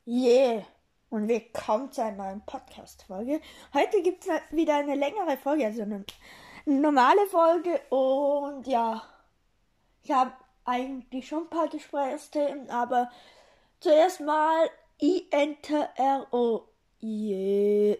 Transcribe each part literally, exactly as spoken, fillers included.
Yeah, und willkommen zu einer neuen Podcast-Folge. Heute gibt es wieder eine längere Folge, also eine normale Folge. Und ja, ich habe eigentlich schon ein paar Gesprächsthemen, aber zuerst mal I N T R O. Yeah.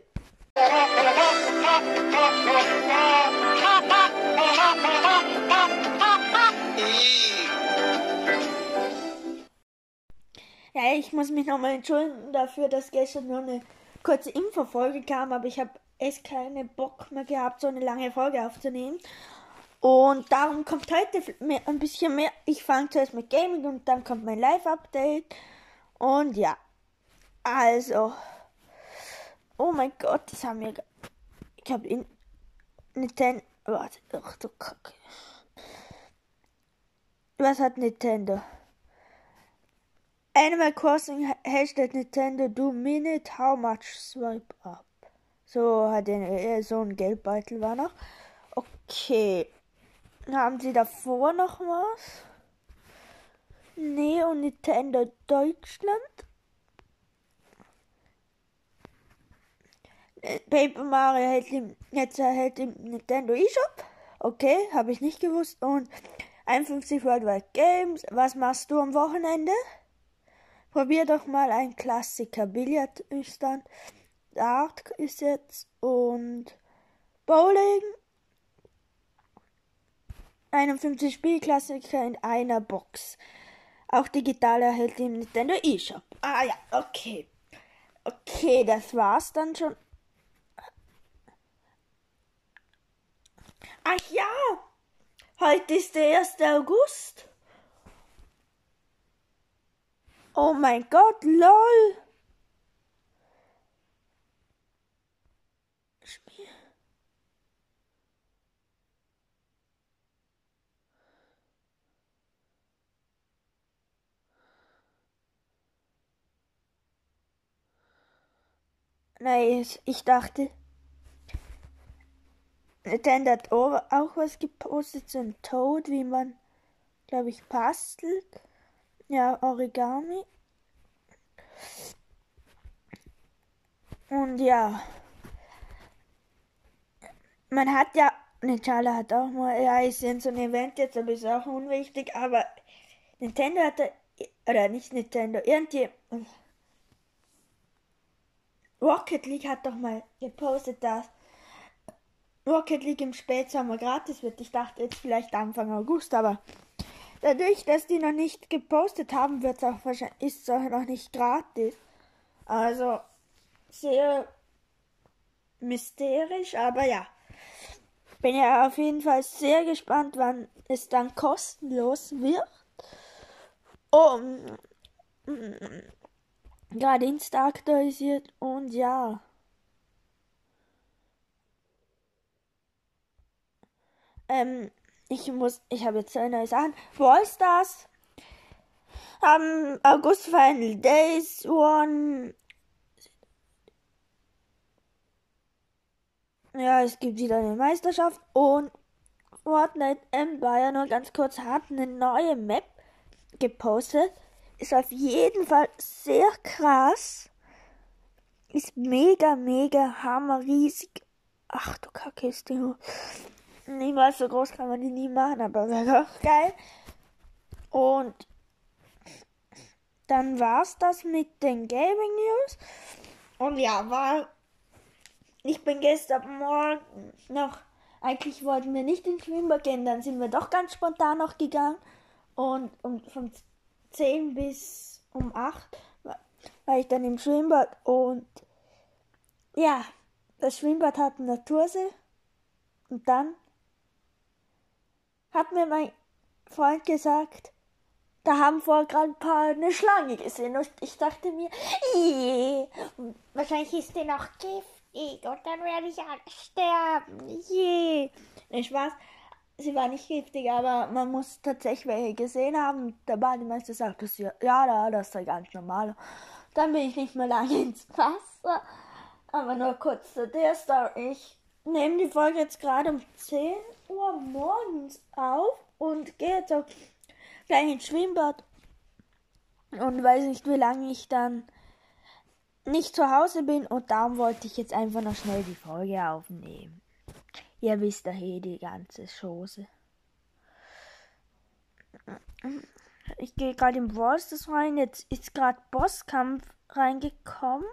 Ja, ich muss mich nochmal entschuldigen dafür, dass gestern nur eine kurze Infofolge kam, aber ich habe echt keinen Bock mehr gehabt, so eine lange Folge aufzunehmen. Und darum kommt heute mehr, ein bisschen mehr. Ich fange zuerst mit Gaming und dann kommt mein Live-Update. Und ja, also, oh mein Gott, das haben wir. Ich habe in Nintendo. Warte, ach du Kacke. Was hat Nintendo? Animal Crossing Hashtag Nintendo Do Minute How Much Swipe Up. So hat er so ein Geldbeutel war noch. Okay. Haben sie davor noch was? Nee, und Nintendo Deutschland. Paper Mario hält im, jetzt erhält im Nintendo eShop. Okay, habe ich nicht gewusst. Und einundfünfzig Worldwide Games. Was machst du am Wochenende? Probier doch mal einen Klassiker. Billardstand, Dart ist jetzt und Bowling. einundfünfzig Spielklassiker in einer Box. Auch digital erhält im Nintendo eShop. Ah ja, okay. Okay, das war's dann schon. Ach ja, heute ist der erste August. Oh mein Gott, lol. Spiel. Nein, ich dachte, Nintendo hat auch was gepostet, so ein Toad, wie man, glaube ich, bastelt. Ja, Origami. Und ja, man hat ja, Nintendo hat auch mal, ja, ist in so ein Event jetzt, aber ist auch unwichtig, aber Nintendo hatte, oder nicht Nintendo, irgendwie, Rocket League hat doch mal gepostet, dass Rocket League im Spätsommer gratis wird. Ich dachte jetzt vielleicht Anfang August, aber dadurch, dass die noch nicht gepostet haben, wird es auch wahrscheinlich, ist es auch noch nicht gratis. Also sehr mysterisch, aber ja. Bin ja auf jeden Fall sehr gespannt, wann es dann kostenlos wird. Oh, gerade Insta aktualisiert und ja. Ähm, ich muss, ich habe jetzt zwei neue Sachen. Brawl Stars am August Final Days One. Ja, es gibt wieder eine Meisterschaft und Fortnite Empire, nur ganz kurz, hat eine neue Map gepostet. Ist auf jeden Fall sehr krass. Ist mega, mega hammer riesig. Ach du Kacke, ist die niemals so groß kann man die nie machen, aber wäre auch geil. Und dann war's das mit den Gaming News. Und ja, war ich bin gestern Morgen noch, eigentlich wollten wir nicht ins Schwimmbad gehen, dann sind wir doch ganz spontan noch gegangen. Und um, von zehn bis um acht war, war ich dann im Schwimmbad. Und ja, das Schwimmbad hat einen Natursee. Und dann hat mir mein Freund gesagt, da haben vorher gerade ein paar eine Schlange gesehen. Und ich dachte mir, Ii, wahrscheinlich ist die noch Gift. Und dann werde ich sterben. Je. Nee, Spaß. Sie war nicht giftig, aber man muss tatsächlich welche gesehen haben. Der Bademeister sagt, das ja, ja, das ist ganz normal. Dann bin ich nicht mehr lange ins Wasser. Aber nur kurz zu der Story. Ich nehme die Folge jetzt gerade um zehn Uhr morgens auf und gehe jetzt auch gleich ins Schwimmbad. Und weiß nicht, wie lange ich dann nicht zu Hause bin und darum wollte ich jetzt einfach noch schnell die Folge aufnehmen. Ihr wisst doch eh die ganze Chose. Ich gehe gerade im Wars rein, jetzt ist gerade Bosskampf reingekommen.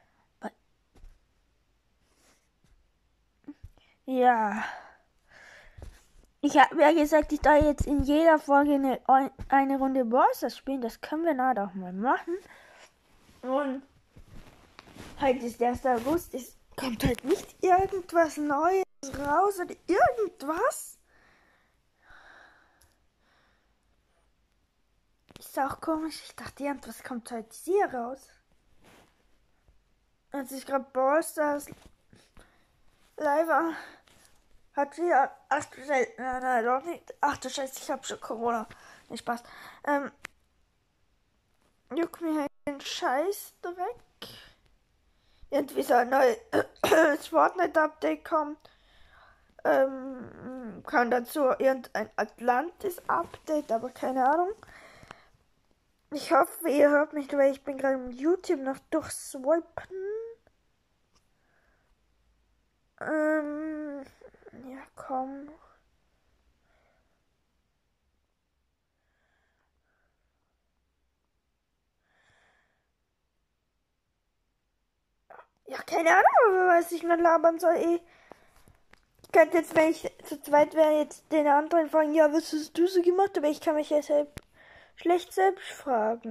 Ja. Ich habe ja gesagt, ich darf jetzt in jeder Folge eine, eine Runde Wars spielen. Das können wir nachher auch mal machen. Und heute ist der erste August. Es kommt halt nicht irgendwas Neues raus oder irgendwas. Ist auch komisch. Ich dachte, irgendwas kommt heute hier raus. Als ich gerade Brawl Stars live war, hat sie ja, ach du Scheiße, nein, nein, doch nicht. Ach du Scheiße, ich hab schon Corona. Nicht Spaß. Ähm, juck mir halt den Scheißdreck. Irgendwie soll ein neues Fortnite-Update kommen. Ähm, kann dazu irgendein Atlantis-Update, aber keine Ahnung. Ich hoffe, ihr hört mich, weil ich bin gerade im YouTube noch durchswipen. Ähm, ja, komm. Ja, keine Ahnung, was ich noch labern soll, eh. Ich könnte jetzt, wenn ich zu zweit wäre, jetzt den anderen fragen, ja, was hast du so gemacht? Aber ich kann mich ja selbst schlecht selbst fragen.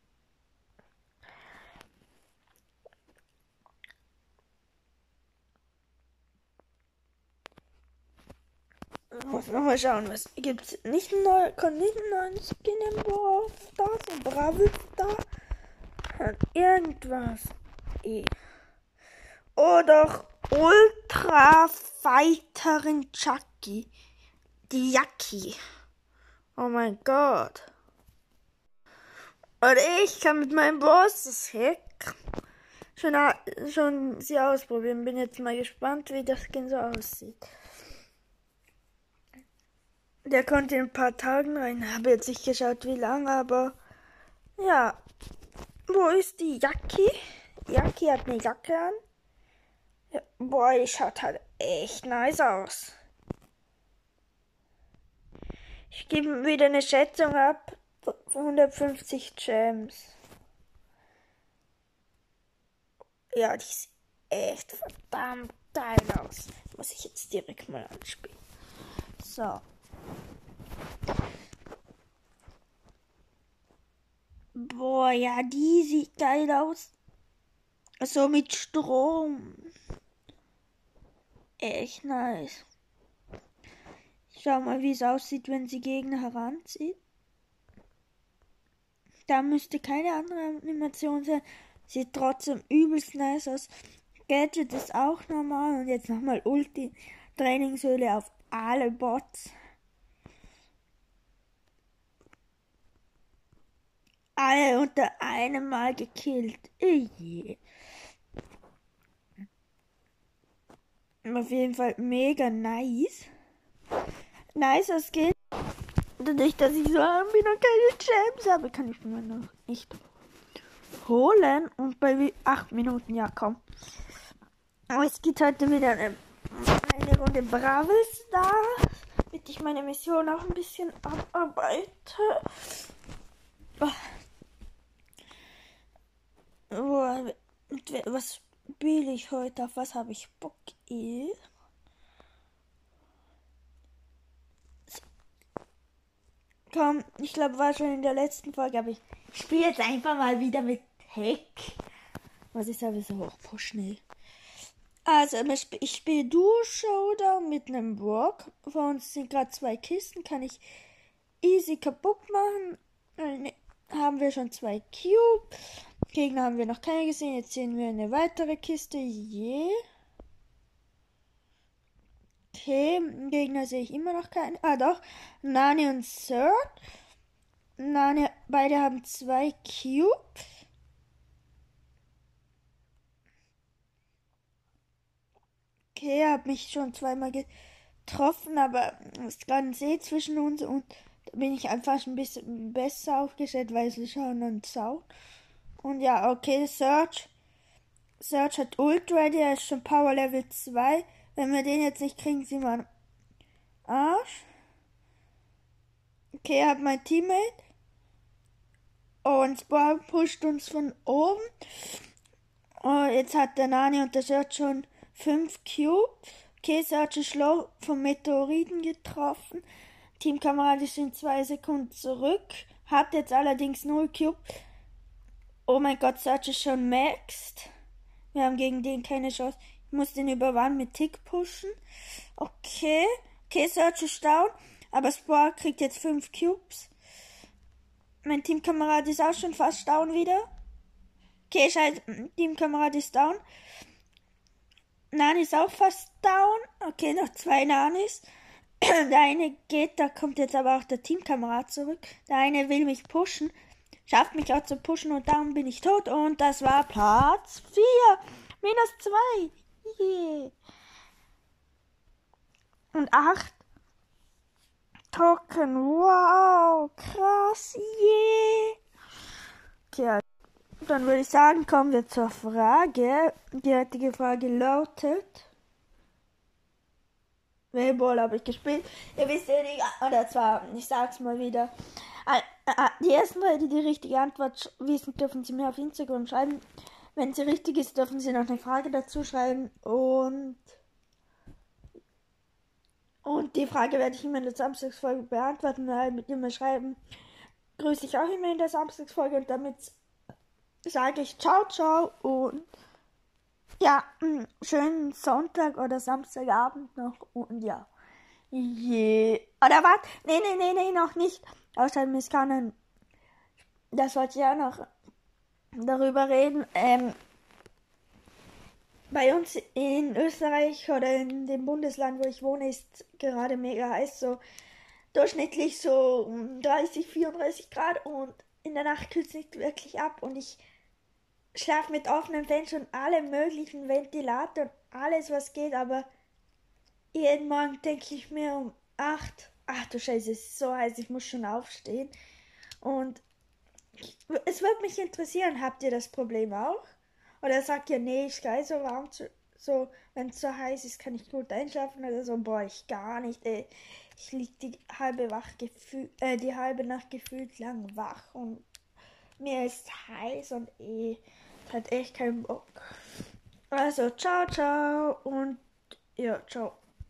Ich muss nochmal schauen, was gibt's nicht neu, kann nicht einen neuen Skin im Brawl Stars, im Brawl Stars, irgendwas. Eh. Oh doch, Ultra Fighterin Chucky. Die Jackie. Oh mein Gott. Und ich kann mit meinem Boss das Heck schon, schon sie ausprobieren. Bin jetzt mal gespannt, wie das Skin so aussieht. Der konnte in ein paar Tagen rein. Habe jetzt nicht geschaut, wie lange, aber ja. Wo ist die Jackie? Jackie hat eine Jacke an. Ja, boah, die schaut halt echt nice aus. Ich gebe wieder eine Schätzung ab von hundertfünfzig Gems. Ja, die sieht echt verdammt geil aus. Muss ich jetzt direkt mal anspielen. So. Boah, ja, die sieht geil aus. So mit Strom. Echt nice. Schau mal, wie es aussieht, wenn sie Gegner heranzieht. Da müsste keine andere Animation sein. Sieht trotzdem übelst nice aus. Gadget ist auch normal. Und jetzt nochmal Ulti. Trainingshöhle auf alle Bots. Alle unter einem Mal gekillt. Eje. Auf jeden Fall mega nice. Nicer Skin. Dadurch, dass ich so arm bin und keine Gems habe, kann ich mir noch nicht holen. Und bei acht Minuten, ja komm. Aber es geht heute wieder eine, eine Runde Brawl Stars, damit ich meine Mission auch ein bisschen abarbeite. Oh. Oh, was spiele ich heute? Auf was habe ich Bock? Ich? Komm, ich glaube, war schon in der letzten Folge, aber ich spiele jetzt einfach mal wieder mit Heck. Was ist aber so hochpushen? Also, ich spiele Duo Showdown mit einem Brock. Vor uns sind gerade zwei Kisten, kann ich easy kaputt machen. Dann haben wir schon zwei Cube. Gegner haben wir noch keine gesehen. Jetzt sehen wir eine weitere Kiste. Yeah. Okay, Gegner sehe ich immer noch keinen. Ah doch, Nani und Third. Nani, beide haben zwei Cube. Okay, habe mich schon zweimal getroffen, aber es ist gerade ein See zwischen uns und da bin ich einfach ein bisschen besser aufgestellt, weil sie schauen und Sound. Und ja, okay, Search Search hat Ult ready, er ist schon Power Level zwei. Wenn wir den jetzt nicht kriegen, sind wir am Arsch. Okay, er hat mein Teammate. Und Spore pusht uns von oben. Oh, jetzt hat der Nani und der Search schon fünf Cubes. Okay, Search ist low vom Meteoriten getroffen. Teamkamerad ist in zwei Sekunden zurück. Hat jetzt allerdings null Cube. Oh mein Gott, Search ist schon maxed. Wir haben gegen den keine Chance. Ich muss den über Wand mit Tick pushen. Okay. Okay, Search ist down. Aber Spore kriegt jetzt fünf Cubes. Mein Teamkamerad ist auch schon fast down wieder. Okay, scheiße. Teamkamerad ist down. Nani ist auch fast down. Okay, noch zwei Nanis. Der eine geht, da kommt jetzt aber auch der Teamkamerad zurück. Der eine will mich pushen. Schafft mich auch zu pushen und dann bin ich tot. Und das war Platz vier. Minus zwei. Yeah. Und acht Token. Wow. Krass. Yeah. Okay, dann würde ich sagen, kommen wir zur Frage. Die heutige Frage lautet: Welche Ball habe ich gespielt? Ihr wisst ja nicht, oder zwar, ich sag's mal wieder. Die ersten drei, die die richtige Antwort wissen, dürfen sie mir auf Instagram schreiben. Wenn sie richtig ist, dürfen sie noch eine Frage dazu schreiben. Und, und die Frage werde ich immer in der Samstagsfolge beantworten. Weil mit immer schreiben, grüße ich auch immer in der Samstagsfolge. Und damit sage ich ciao, ciao. Und ja, schönen Sonntag oder Samstagabend noch. Und ja. Yeah. Oder was? Nee, nee, nee, nee, noch nicht. Außerdem ist kann das wollte ich auch noch darüber reden. Ähm, bei uns in Österreich oder in dem Bundesland, wo ich wohne, ist gerade mega heiß. So durchschnittlich so dreißig, vierunddreißig Grad und in der Nacht kühlt es nicht wirklich ab. Und ich schlafe mit offenen Fenstern und alle möglichen Ventilatoren, alles was geht, aber jeden Morgen denke ich mir um acht, ach du Scheiße, es ist so heiß, ich muss schon aufstehen. Und es würde mich interessieren, habt ihr das Problem auch? Oder sagt ihr, nee, ist geil, so warm, zu, so, wenn es so heiß ist, kann ich gut einschlafen oder so? Boah, ich gar nicht, ey. Ich lieg die halbe, wach gefühl, äh, die halbe Nacht gefühlt lang wach und mir ist heiß und eh, hat echt keinen Bock. Also, ciao, ciao und ja, ciao.